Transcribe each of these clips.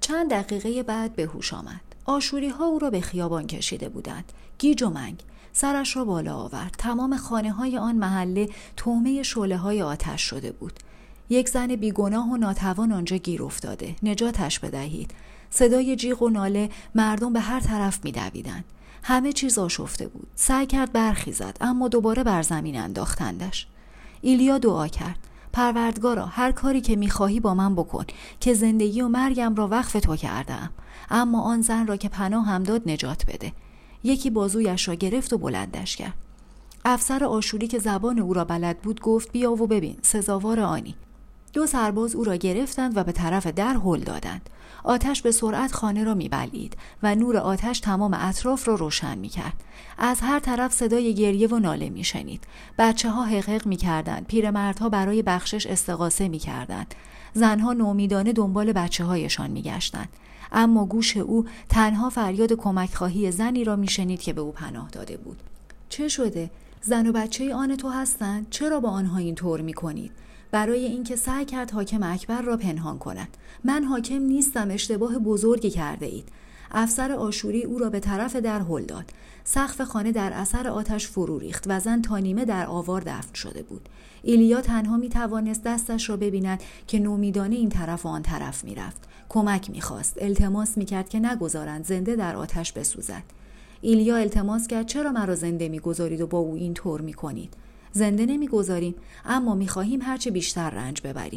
چند دقیقه بعد به هوش آمد. آشوری‌ها او را به خیابان کشیده بودند. گیج و منگ سرش را بالا آورد. تمام خانه‌های آن محله طعمه شعله‌های آتش شده بود. یک زن بیگناه و ناتوان آنجا گیر افتاده. نجاتش بدهید. صدای جیغ و ناله، مردم به هر طرف می‌دویدند. همه چیز آشفته بود. سعی کرد برخیزد اما دوباره بر زمین انداختندش. ایلیا دعا کرد: پروردگارا، هر کاری که می‌خواهی با من بکن که زندگی و مرگم را وقف تو کردم. اما آن زن را که پناه هم داد نجات بده. یکی بازویش را گرفت و بلندش کرد. افسر آشوری که زبان او را بلد بود گفت: بیا و ببین، سزاوار آنی. 2 سرباز او را گرفتند و به طرف در هل دادند. آتش به سرعت خانه را می‌بلعید و نور آتش تمام اطراف را روشن می‌کرد. از هر طرف صدای گریه و ناله می‌شنید. بچه‌ها حق‌حق می‌کردند، پیرمردها برای بخشش استغاثه می‌کردند. زنها نومیدانه دنبال بچه‌هایشان می‌گشتند. اما گوش او تنها فریاد کمک خواهی زنی را می‌شنید که به او پناه داده بود. چه شده؟ زن و بچه آن تو هستند؟ چرا با آنها این طور می‌کنید؟ برای اینکه سعی کرد حاکم اکبر را پنهان کند. من حاکم نیستم، اشتباه بزرگی کرده اید. افسر آشوری او را به طرف در هل داد. سقف خانه در اثر آتش فرو ریخت و زن تا نیمه در آوار دفن شده بود. ایلیا تنها می توانست دستش را ببیند که نومیدانه این طرف و آن طرف می رفت. کمک می خواست. التماس می کرد که نگذارند زنده در آتش بسوزد. ایلیا التماس کرد: چرا مرا زنده می گذارید و با او این طور می کنید؟ زنده نمیگذاریم، اما میخواهیم هرچه بیشتر رنج ببری.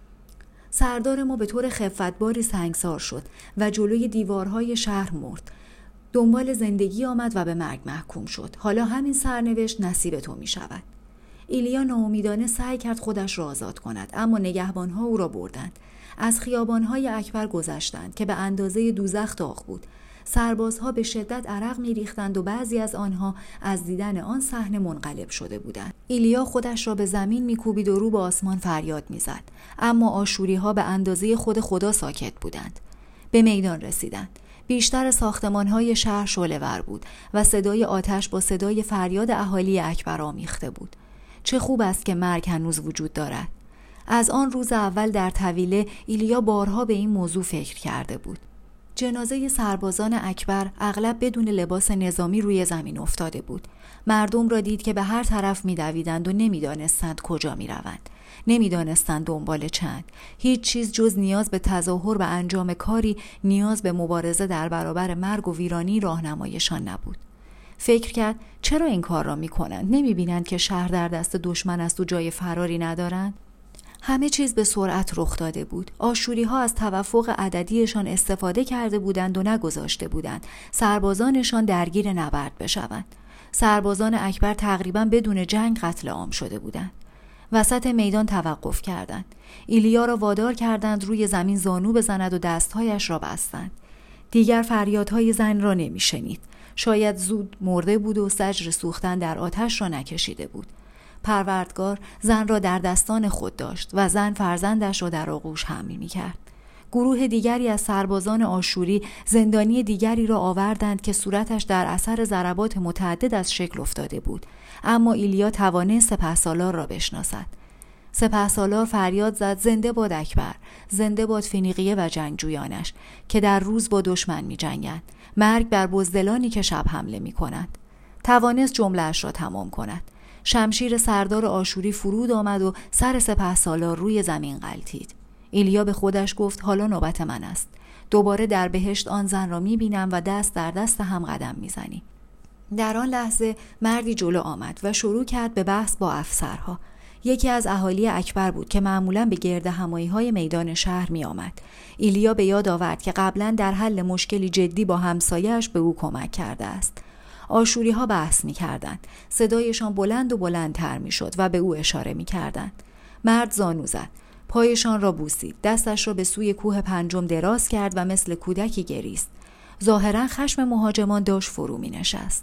سردار ما به طور خفتباری سنگسار شد و جلوی دیوارهای شهر مرد. دنبال زندگی آمد و به مرگ محکوم شد. حالا همین سرنوشت نصیب تو میشود. ایلیا ناامیدانه سعی کرد خودش را آزاد کند، اما نگهبانها او را بردند. از خیابانهای اکبر گذشتند که به اندازه دوزخ داغ بود. سربازها به شدت عرق می‌ریختند و بعضی از آنها از دیدن آن صحنه منقلب شده بودند. ایلیا خودش را به زمین می‌کوبید و رو به آسمان فریاد می‌زد، اما آشوری‌ها به اندازه خود خدا ساکت بودند. به میدان رسیدند. بیشتر ساختمان‌های شهر شعله‌ور بود و صدای آتش با صدای فریاد اهالی اکبر آمیخته بود. چه خوب است که مرگ هنوز وجود دارد. از آن روز اول در طویله ایلیا بارها به این موضوع فکر کرده بود. جنازه سربازان اکبر اغلب بدون لباس نظامی روی زمین افتاده بود. مردم را دید که به هر طرف می‌دویدند و نمی‌دانستند کجا می‌روند. نمی‌دانستند دنبال چند. هیچ چیز جز نیاز به تظاهر و انجام کاری، نیاز به مبارزه در برابر مرگ و ویرانی راهنمایشان نبود. فکر کرد: چرا این کار را می‌کنند؟ نمی‌بینند که شهر در دست دشمن است و جای فراری ندارند؟ همه چیز به سرعت رخ داده بود. آشوری‌ها از توفق عددیشان استفاده کرده بودند و نگذاشته بودند سربازانشان درگیر نبرد بشوند. سربازان اکبر تقریباً بدون جنگ قتل عام شده بودند. وسط میدان توقف کردند. ایلیا را وادار کردند روی زمین زانو بزند و دستهایش را بستند. دیگر فریادهای زن را نمی‌شنید. شاید زود مرده بود و زجر سوختن در آتش را نکشیده بود. پروردگار زن را در دستان خود داشت و زن فرزندش را در آغوش حمل می‌کرد. گروه دیگری از سربازان آشوری زندانی دیگری را آوردند که صورتش در اثر ضربات متعدد از شکل افتاده بود، اما ایلیا توانست سپهسالار را بشناسد. سپهسالار فریاد زد: زنده باد اکبر، زنده باد فنیقیه و جنگجویانش که در روز با دشمن می‌جنگند، مرگ بر بزدلانی که شب حمله می‌کنند. توانست جمله‌اش را تمام کند. شمشیر سردار آشوری فرود آمد و سر سپهسالار روی زمین غلتید. ایلیا به خودش گفت: حالا نوبت من است. دوباره در بهشت آن زن را می‌بینم و دست در دست هم قدم می‌زنیم. در آن لحظه مردی جلو آمد و شروع کرد به بحث با افسرها. یکی از اهالی اکبر بود که معمولاً به گرد همایی‌های میدان شهر می‌آمد. ایلیا به یاد آورد که قبلاً در حل مشکلی جدی با همسایه‌اش به او کمک کرده است. آشوری‌ها بحث می‌کردند. صدایشان بلند و بلندتر می‌شد و به او اشاره می‌کردند. مرد زانو زد. پایشان را بوسید. دستش را به سوی کوه پنجم دراز کرد و مثل کودکی گریست. ظاهراً خشم مهاجمان داشت فرو می‌نشست.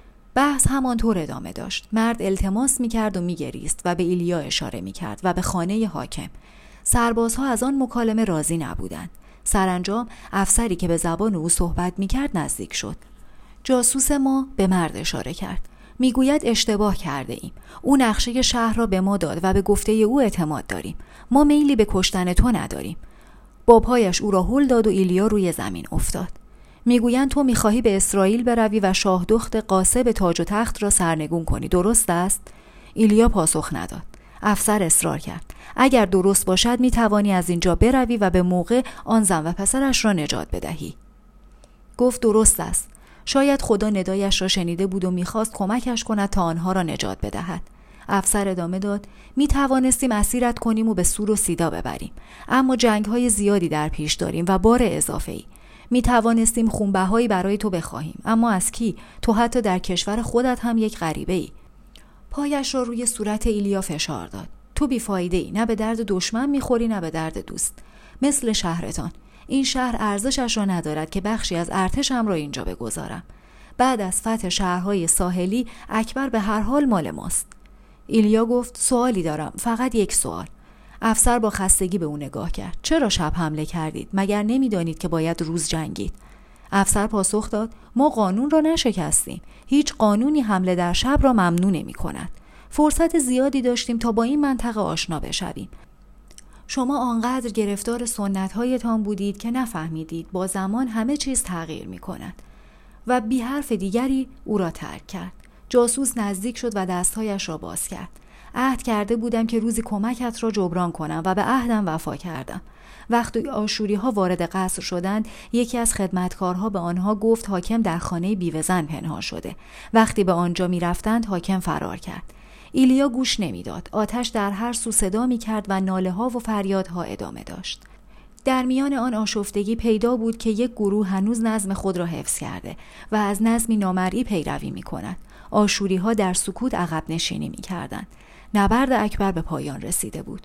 بحث همانطور ادامه داشت. مرد التماس می‌کرد و می‌گریست و به ایلیا اشاره می‌کرد و به خانه حاکم. سربازها از آن مکالمه راضی نبودند. سرانجام افسری که به زبان او صحبت می‌کرد نزدیک شد. جاسوس ما به مرد اشاره کرد. میگوید اشتباه کرده ایم. او نقشه شهر را به ما داد و به گفته او اعتماد داریم. ما میلی به کشتن تو نداریم. با پایش او را هل داد و ایلیا روی زمین افتاد. میگویند تو میخواهی به اسرائیل بروی و شاه دخت قاسب تاج و تخت را سرنگون کنی، درست است؟ ایلیا پاسخ نداد. افسر اصرار کرد. اگر درست باشد میتوانی از اینجا بروی و به موقع آن زن و پسرش را نجات بدهی. گفت درست است. شاید خدا ندایش را شنیده بود و میخواست کمکش کند تا آنها را نجات بدهد. افسر ادامه داد: می توانستیم اسیرت کنیم و به سور و سیدا ببریم، اما جنگ‌های زیادی در پیش داریم و بار اضافه‌ای. می توانستیم خونبهایی برای تو بخواهیم، اما از کی؟ تو حتی در کشور خودت هم یک غریبه‌ای. پایش را روی صورت ایلیا فشار داد. تو بیفایده‌ای، نه به درد دشمن میخوری نه به درد دوست. مثل شهرتان. این شهر ارزشش را ندارد که بخشی از ارتشم را اینجا بگذارم. بعد از فتح شهرهای ساحلی اکبر به هر حال مال ماست. ایلیا گفت: سوالی دارم، فقط یک سوال. افسر با خستگی به او نگاه کرد. چرا شب حمله کردید؟ مگر نمیدانید که باید روز جنگید؟ افسر پاسخ داد: ما قانون را نشکستیم. هیچ قانونی حمله در شب را ممنوع نمی کند. فرصت زیادی داشتیم تا با این منطقه آشنا بشویم. شما آنقدر گرفتار سنت‌هایتان بودید که نفهمیدید با زمان همه چیز تغییر می کند. و بی حرف دیگری او را ترک کرد. جاسوس نزدیک شد و دستهایش را باز کرد. عهد کرده بودم که روزی کمکت را جبران کنم و به عهدم وفا کردم. وقتی آشوری‌ها وارد قصر شدند، یکی از خدمتکارها به آنها گفت حاکم در خانه بیوه زن پنهان شده. وقتی به آنجا می رفتند حاکم فرار کرد. ایلیا گوش نمیداد. آتش در هر سو صدا می کرد و ناله‌ها و فریادها ادامه داشت. در میان آن آشفتگی پیدا بود که یک گروه هنوز نظم خود را حفظ کرده و از نظمی نامرئی پیروی می کند. آشوری‌ها در سکوت عقب نشینی می کردند. نبرد اکبر به پایان رسیده بود.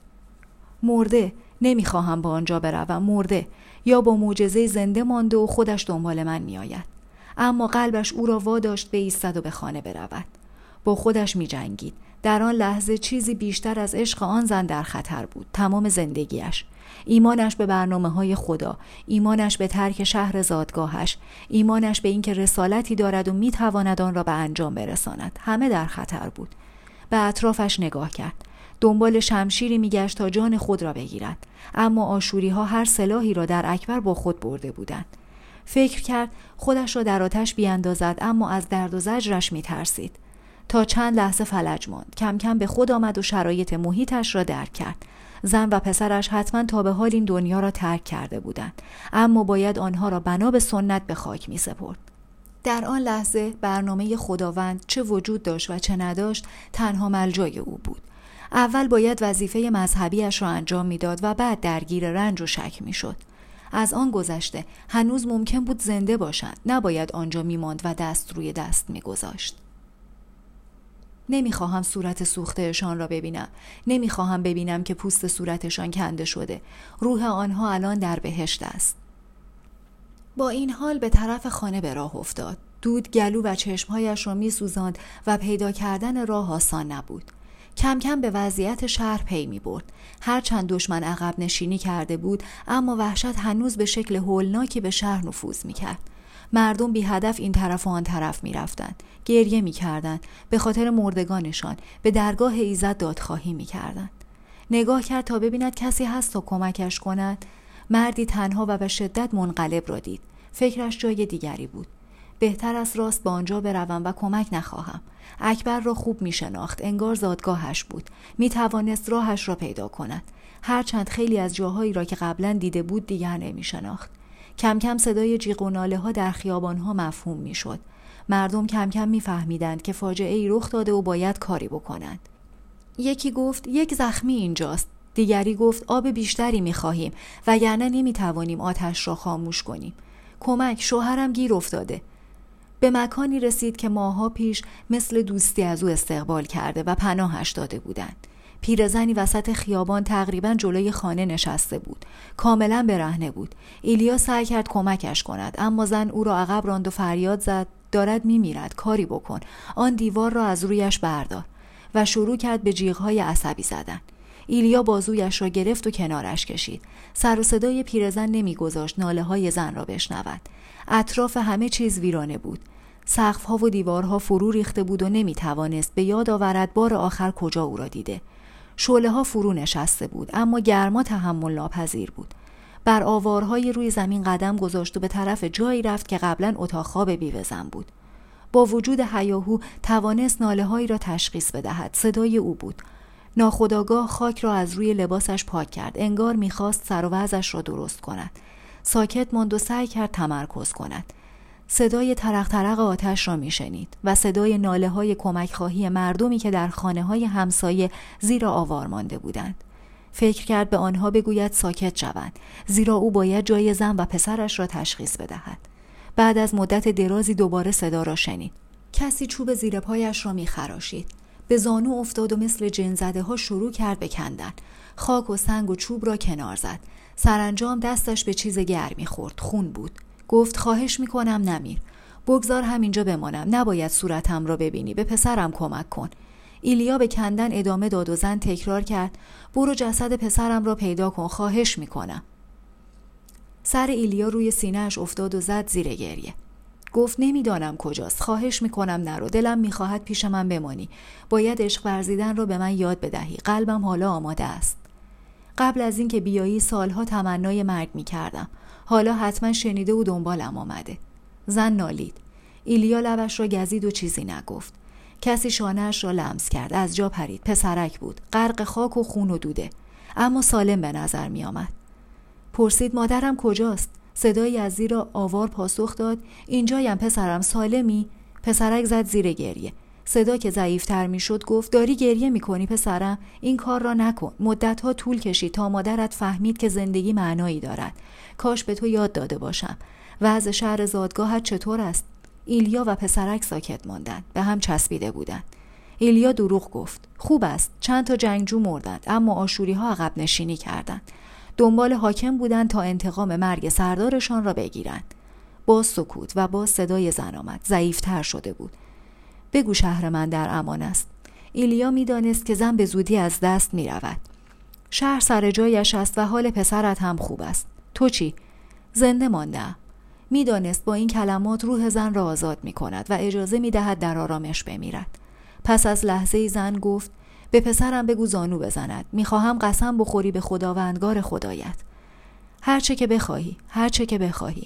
مرده، نمیخواهم با آنجا بروم، مرده، یا با معجزه زنده مانده و خودش دنبال من می آید. اما قلبش او را واداشت بایستد و به خانه برود. با خودش می جنگید. در آن لحظه چیزی بیشتر از عشق آن زن در خطر بود. تمام زندگیش، ایمانش به برنامه‌های خدا، ایمانش به ترک شهر زادگاهش، ایمانش به اینکه رسالتی دارد و میتواند آن را به انجام برساند، همه در خطر بود. به اطرافش نگاه کرد. دنبال شمشیری میگشت تا جان خود را بگیرد، اما آشوری‌ها هر سلاحی را در اکبر با خود برده بودند. فکر کرد خودش را در آتش بیاندازد، اما از درد و زجرش میترسید. تا چند لحظه فلج ماند. کم کم به خود آمد و شرایط محیطش را درک کرد. زن و پسرش حتما تا به حال این دنیا را ترک کرده بودند، اما باید آنها را بنا به سنت به خاک می سپرد. در آن لحظه برنامه خداوند چه وجود داشت و چه نداشت تنها ملجای او بود. اول باید وظیفه مذهبیش را انجام میداد و بعد درگیر رنج و شک میشد. از آن گذشته هنوز ممکن بود زنده باشند، نباید آنجا میماند و دست روی دست میگذاشت. نمیخواهم صورت سوختهشان را ببینم. نمیخواهم ببینم که پوست صورتشان کنده شده. روح آنها الان در بهشت است. با این حال به طرف خانه به راه افتاد. دود گلو و چشمهایش را میسوزاند و پیدا کردن راه آسان نبود. کم کم به وضعیت شهر پی می برد. هرچند دشمن عقب نشینی کرده بود، اما وحشت هنوز به شکل هولناکی به شهر نفوذ می کرد. مردم بی هدف این طرف و آن طرف می رفتند. گریه می کردند. به خاطر مردگانشان به درگاه ایزد دادخواهی می کردند. نگاه کرد تا ببیند کسی هست تا کمکش کند. مردی تنها و به شدت منقلب را دید. فکرش جای دیگری بود. بهتر است راست به آنجا بروم و کمک نخواهم. اکبر را خوب می شناخت. انگار زادگاهش بود. می توانست راهش را پیدا کند. هرچند خیلی از جاهایی را که قبلا دیده بود دیگر نمی شناخت. کم کم صدای جیغ و ناله ها در خیابان ها مفهوم می شد. مردم کم کم می فهمیدند که فاجعه ای رخ داده و باید کاری بکنند. یکی گفت یک زخمی اینجاست. دیگری گفت آب بیشتری می خواهیم وگرنه نمی توانیم آتش را خاموش کنیم. کمک، شوهرم گیر افتاده. به مکانی رسید که ماها پیش مثل دوستی از او استقبال کرده و پناهش داده بودند. پیرزنی وسط خیابان تقریباً جلوی خانه نشسته بود. کاملاً برهنه بود. ایلیا سعی کرد کمکش کند، اما زن او را عقب راند و فریاد زد دارد میمیرد، کاری بکن. آن دیوار را از رویش بردار و شروع کرد به جیغ‌های عصبی زدن. ایلیا بازویش را گرفت و کنارش کشید. سر و صدای پیرزن نمیگذاشت ناله‌های زن را بشنود. اطراف همه چیز ویرانه بود. سقف‌ها و دیوارها فرو ریخته بود و نمی‌توانست به یاد آورد بار آخر کجا او را دیده. شعله‌ها فرو نشسته بود، اما گرما تحمل ناپذیر بود. بر آوارهای روی زمین قدم گذاشت و به طرف جایی رفت که قبلا اتاق خواب بیوه‌زن بود. با وجود هیاهو توانست ناله‌هایی را تشخیص بدهد. صدای او بود. ناخودآگاه خاک را از روی لباسش پاک کرد. انگار می‌خواست سر و وضعش را درست کند. ساکت ماند و سعی کرد تمرکز کند. صدای ترق ترق آتش را میشنید و صدای ناله‌های کمک‌خواهی مردمی که در خانه‌های همسایه زیر آوار مانده بودند. فکر کرد به آنها بگوید ساکت شوند، زیرا او باید جای زن و پسرش را تشخیص بدهد. بعد از مدت درازی دوباره صدا را شنید. کسی چوب زیر پایش را می‌خراشید. به زانو افتاد و مثل جن زده‌ها شروع کرد به کندن. خاک و سنگ و چوب را کنار زد. سرانجام دستش به چیز گرمی خورد. خون بود. گفت خواهش میکنم نمیر. بگذار همینجا بمانم. نباید صورتم را ببینی. به پسرم کمک کن. ایلیا به کندن ادامه داد و زن تکرار کرد برو جسد پسرم را پیدا کن. خواهش میکنم. سر ایلیا روی سینه‌اش افتاد و زد زیر گریه. گفت نمیدانم کجاست. خواهش میکنم نرو. دلم میخواهد پیش من بمانی. باید عشق ورزیدن را به من یاد بدهی. قلبم حالا آماده است. قبل از اینکه بیایی سالها تمنای مرگ میکردم. حالا حتما شنیده و دنبالم آمده. زن نالید. ایلیا لبش را گزید و چیزی نگفت. کسی شانه‌اش را لمس کرد. از جا پرید. پسرک بود. غرق خاک و خون و دوده. اما سالم به نظر می آمد. پرسید مادرم کجاست؟ صدایی از زیر آوار پاسخ داد اینجایم پسرم. سالمی؟ پسرک زد زیر گریه. صدا که ضعیف‌تر میشد گفت داری گریه میکنی پسرم؟ این کار را نکن. مدت‌ها طول کشید تا مادرت فهمید که زندگی معنایی دارد. کاش به تو یاد داده باشم. وضع شهر زادگاهت چطور است؟ ایلیا و پسرک ساکت ماندند. به هم چسبیده بودند. ایلیا دروغ گفت. خوب است. چند تا جنگجو مردند اما آشوری‌ها عقب نشینی کردند. دنبال حاکم بودند تا انتقام مرگ سردارشان را بگیرند. باز سکوت و باز صدای زن آمد. ضعیف‌تر شده بود. بگو شهر من در امان است. ایلیا می‌دانست که زن به زودی از دست می‌رود. شهر سر جایش است و حال پسرت هم خوب است. تو چی؟ زنده مانده‌ام. می‌دانست با این کلمات روح زن را آزاد می‌کند و اجازه می‌دهد در آرامش بمیرد. پس از لحظه‌ای زن گفت به پسرم بگو زانو بزند. می‌خواهم قسم بخوری به خداوندگار خدایت. هر چه که بخواهی، هر چه که بخواهی.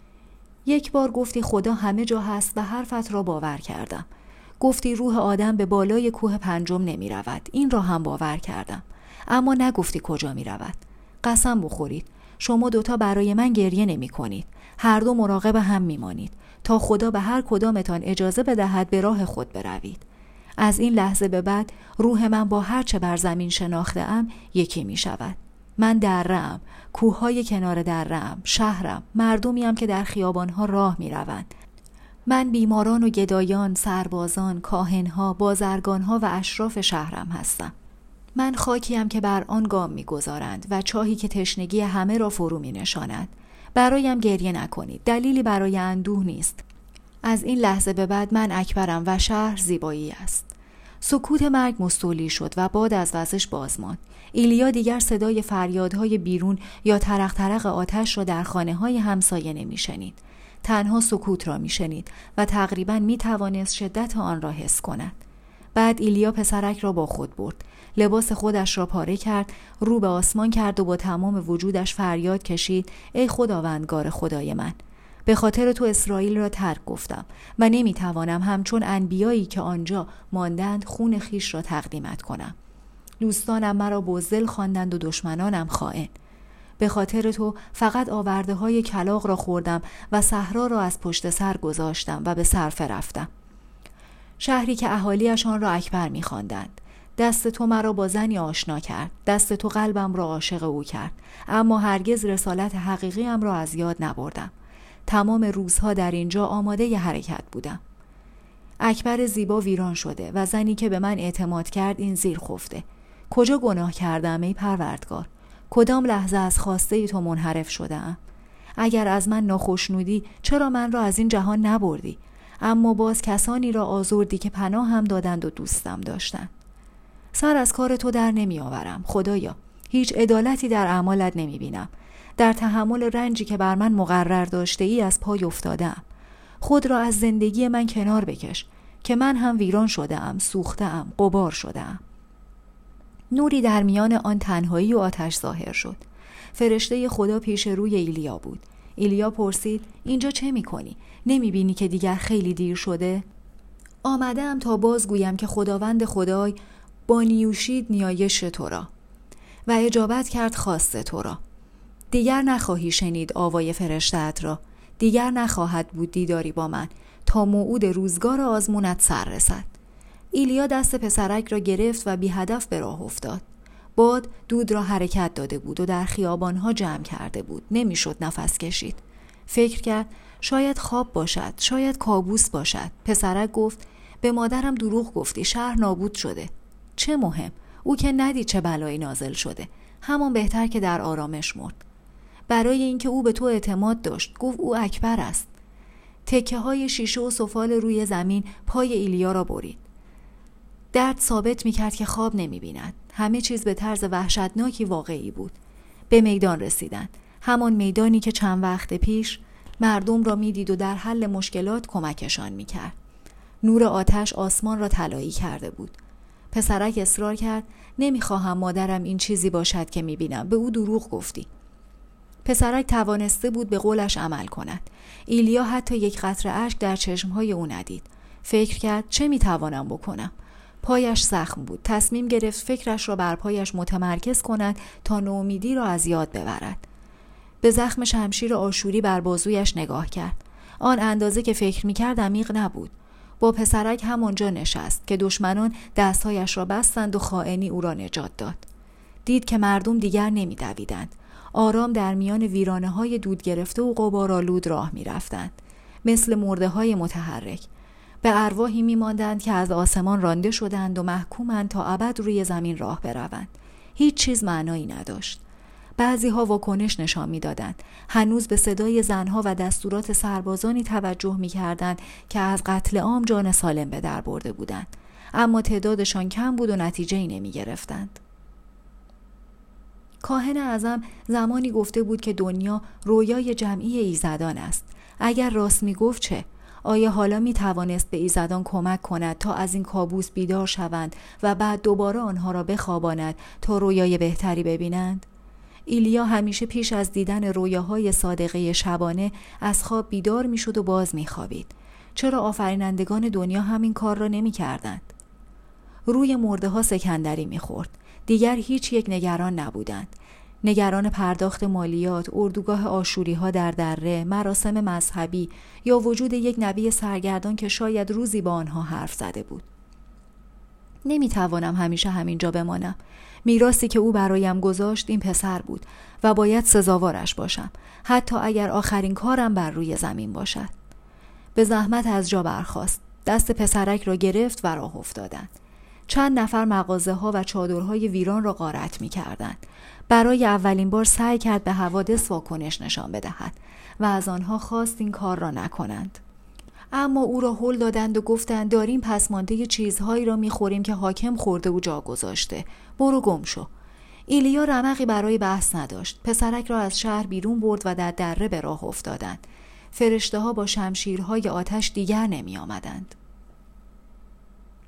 یک بار گفتی خدا همه جا هست و حرفت را باور کردم. گفتی روح آدم به بالای کوه پنجم نمی رود. این را هم باور کردم. اما نگفتی کجا می رود. قسم بخورید. شما دوتا برای من گریه نمی کنید. هر دو مراقب هم می مانید. تا خدا به هر کدامتان اجازه بدهد به راه خود بروید. از این لحظه به بعد روح من با هر چه بر زمین شناخته‌ام یکی می شود. من دره‌ام، کوههای کنار دره‌ام، شهرم، مردمیم که در خیابانها راه می روند. من بیماران و گدایان، سربازان، کاهنها، بازرگانها و اشراف شهرم هستم. من خاکیم که بر آن گام می‌گذارند و چاهی که تشنگی همه را فرو می‌نشاند. برایم گریه نکنید. دلیلی برای اندوه نیست. از این لحظه به بعد من اکبرم و شهر زیبایی است. سکوت مرگ مستولی شد و باد از وزش باز ماند. ایلیا دیگر صدای فریادهای بیرون یا ترق ترق آتش را در خانه‌های همسایه نمی‌شنید. تنها سکوت را می‌شنید و تقریباً می‌توانست شدت آن را حس کند. بعد ایلیا پسرک را با خود برد. لباس خودش را پاره کرد، رو به آسمان کرد و با تمام وجودش فریاد کشید ای خداوندگار خدای من، به خاطر تو اسرائیل را ترک گفتم و نمی‌توانم همچون انبیایی که آنجا ماندند خون خیش را تقدیمت کنم. دوستانم مرا بزدل خواندند و دشمنانم خائن. به خاطر تو فقط آورده های کلاغ را خوردم و صحرا را از پشت سر گذاشتم و به صرفه رفتم. شهری که اهالیش آن را اکبر می‌خواندند. دست تو مرا با زنی آشنا کرد. دست تو قلبم را عاشق او کرد. اما هرگز رسالت حقیقیم را از یاد نبردم. تمام روزها در اینجا آماده ی حرکت بودم. اکبر زیبا ویران شده و زنی که به من اعتماد کرد این زیر خفته. کجا گناه کردم ای پروردگار؟ کدام لحظه از خواسته تو منحرف شدم؟ اگر از من ناخشنودی چرا من را از این جهان نبردی؟ اما باز کسانی را آزردی که پناه هم دادند و دوستم داشتند. سر از کار تو در نمی آورم خدایا. هیچ عدالتی در اعمالت نمی بینم. در تحمل رنجی که بر من مقرر داشته ای از پای افتادم. خود را از زندگی من کنار بکش که من هم ویران شده‌ام، سوخته‌ام، غبار شده‌ام. نوری در میان آن تنهایی و آتش ظاهر شد. فرشته خدا پیش روی ایلیا بود. ایلیا پرسید اینجا چه میکنی؟ نمیبینی که دیگر خیلی دیر شده؟ آمدم تا بازگویم که خداوند خدای با نیوشید نیایش تو را و اجابت کرد خواست تو را. دیگر نخواهی شنید آوای فرشته‌ات را، دیگر نخواهد بود دیداری با من تا موعود روزگار آزمونت سر رسد. ایلیا دست پسرک را گرفت و بی هدف به راه افتاد. باد دود را حرکت داده بود و در خیابانها جمع کرده بود. نمیشد نفس کشید. فکر کرد شاید خواب باشد، شاید کابوس باشد. پسرک گفت به مادرم دروغ گفتی، شهر نابود شده. چه مهم؟ او که ندید چه بلایی نازل شده. همان بهتر که در آرامش مرد. برای اینکه او به تو اعتماد داشت، گفت او اکبر است. تکه های شیشه و سفال روی زمین پای ایلیا را برید. درد ثابت می‌کرد که خواب نمی‌بیند. همه چیز به طرز وحشتناکی واقعی بود. به میدان رسیدند. همان میدانی که چند وقت پیش مردم را می‌دید و در حل مشکلات کمکشان می‌کرد. نور آتش آسمان را طلایی کرده بود. پسرک اصرار کرد نمی‌خواهم مادرم این چیزی باشد که می‌بینم. به او دروغ گفتی. پسرک توانسته بود به قولش عمل کند. ایلیا حتی یک قطره اشک در چشم‌های او ندید. فکر کرد چه می‌توانم بکنم؟ پایش زخم بود. تصمیم گرفت فکرش را بر پایش متمرکز کند تا نومیدی را از یاد ببرد. به زخم شمشیر آشوری بر بازویش نگاه کرد. آن اندازه که فکر می‌کرد عمیق نبود. با پسرک همانجا نشست که دشمنان دستهایش را بستند و خائنی او را نجات داد. دید که مردم دیگر نمی‌دویدند. آرام در میان ویرانه‌های دود گرفته و غبارآلود راه می‌رفتند. مثل مرده‌های متحرک. به ارواحی می‌ماندند که از آسمان رانده شدند و محکومند تا ابد روی زمین راه بروند. هیچ چیز معنایی نداشت. بعضی‌ها واکنش نشان می‌دادند. هنوز به صدای زنها و دستورات سربازانی توجه می‌کردند که از قتل عام جان سالم به در برده بودند. اما تعدادشان کم بود و نتیجه‌ای نمی‌گرفتند. کاهن اعظم زمانی گفته بود که دنیا رویای جمعی ایزدان است. اگر راست می‌گفت چه؟ آیا حالا می‌توانست به ایزدان کمک کند تا از این کابوس بیدار شوند و بعد دوباره آنها را بخواباند تا رویای بهتری ببینند؟ ایلیا همیشه پیش از دیدن رویاهای صادقه شبانه از خواب بیدار می‌شد و باز می‌خوابید. چرا آفرینندگان دنیا همین کار را نمی‌کردند؟ روی مرده‌ها سکندری می‌خورد. دیگر هیچ یک نگران نبودند. نگران پرداخت مالیات، اردوگاه آشوری‌ها در دره، مراسم مذهبی یا وجود یک نبی سرگردان که شاید روزی با آنها حرف زده بود. نمی‌توانم همیشه همینجا بمانم. میراثی که او برایم گذاشت این پسر بود و باید سزاوارش باشم، حتی اگر آخرین کارم بر روی زمین باشد. به زحمت از جا برخاست. دست پسرک را گرفت و راه افتادند. چند نفر مغازه‌ها و چادرهای ویران را غارت می‌کردند. برای اولین بار سعی کرد به حوادث واکنش نشان بدهد و از آنها خواست این کار را نکنند. اما او را هل دادند و گفتند داریم پسمانده چیزهایی را می‌خوریم که حاکم خورده و جا گذاشته. برو گم شو. ایلیا رمقی برای بحث نداشت. پسرک را از شهر بیرون برد و در دره به راه افتادند. فرشته‌ها با شمشیرهای آتش دیگر نمی‌آمدند.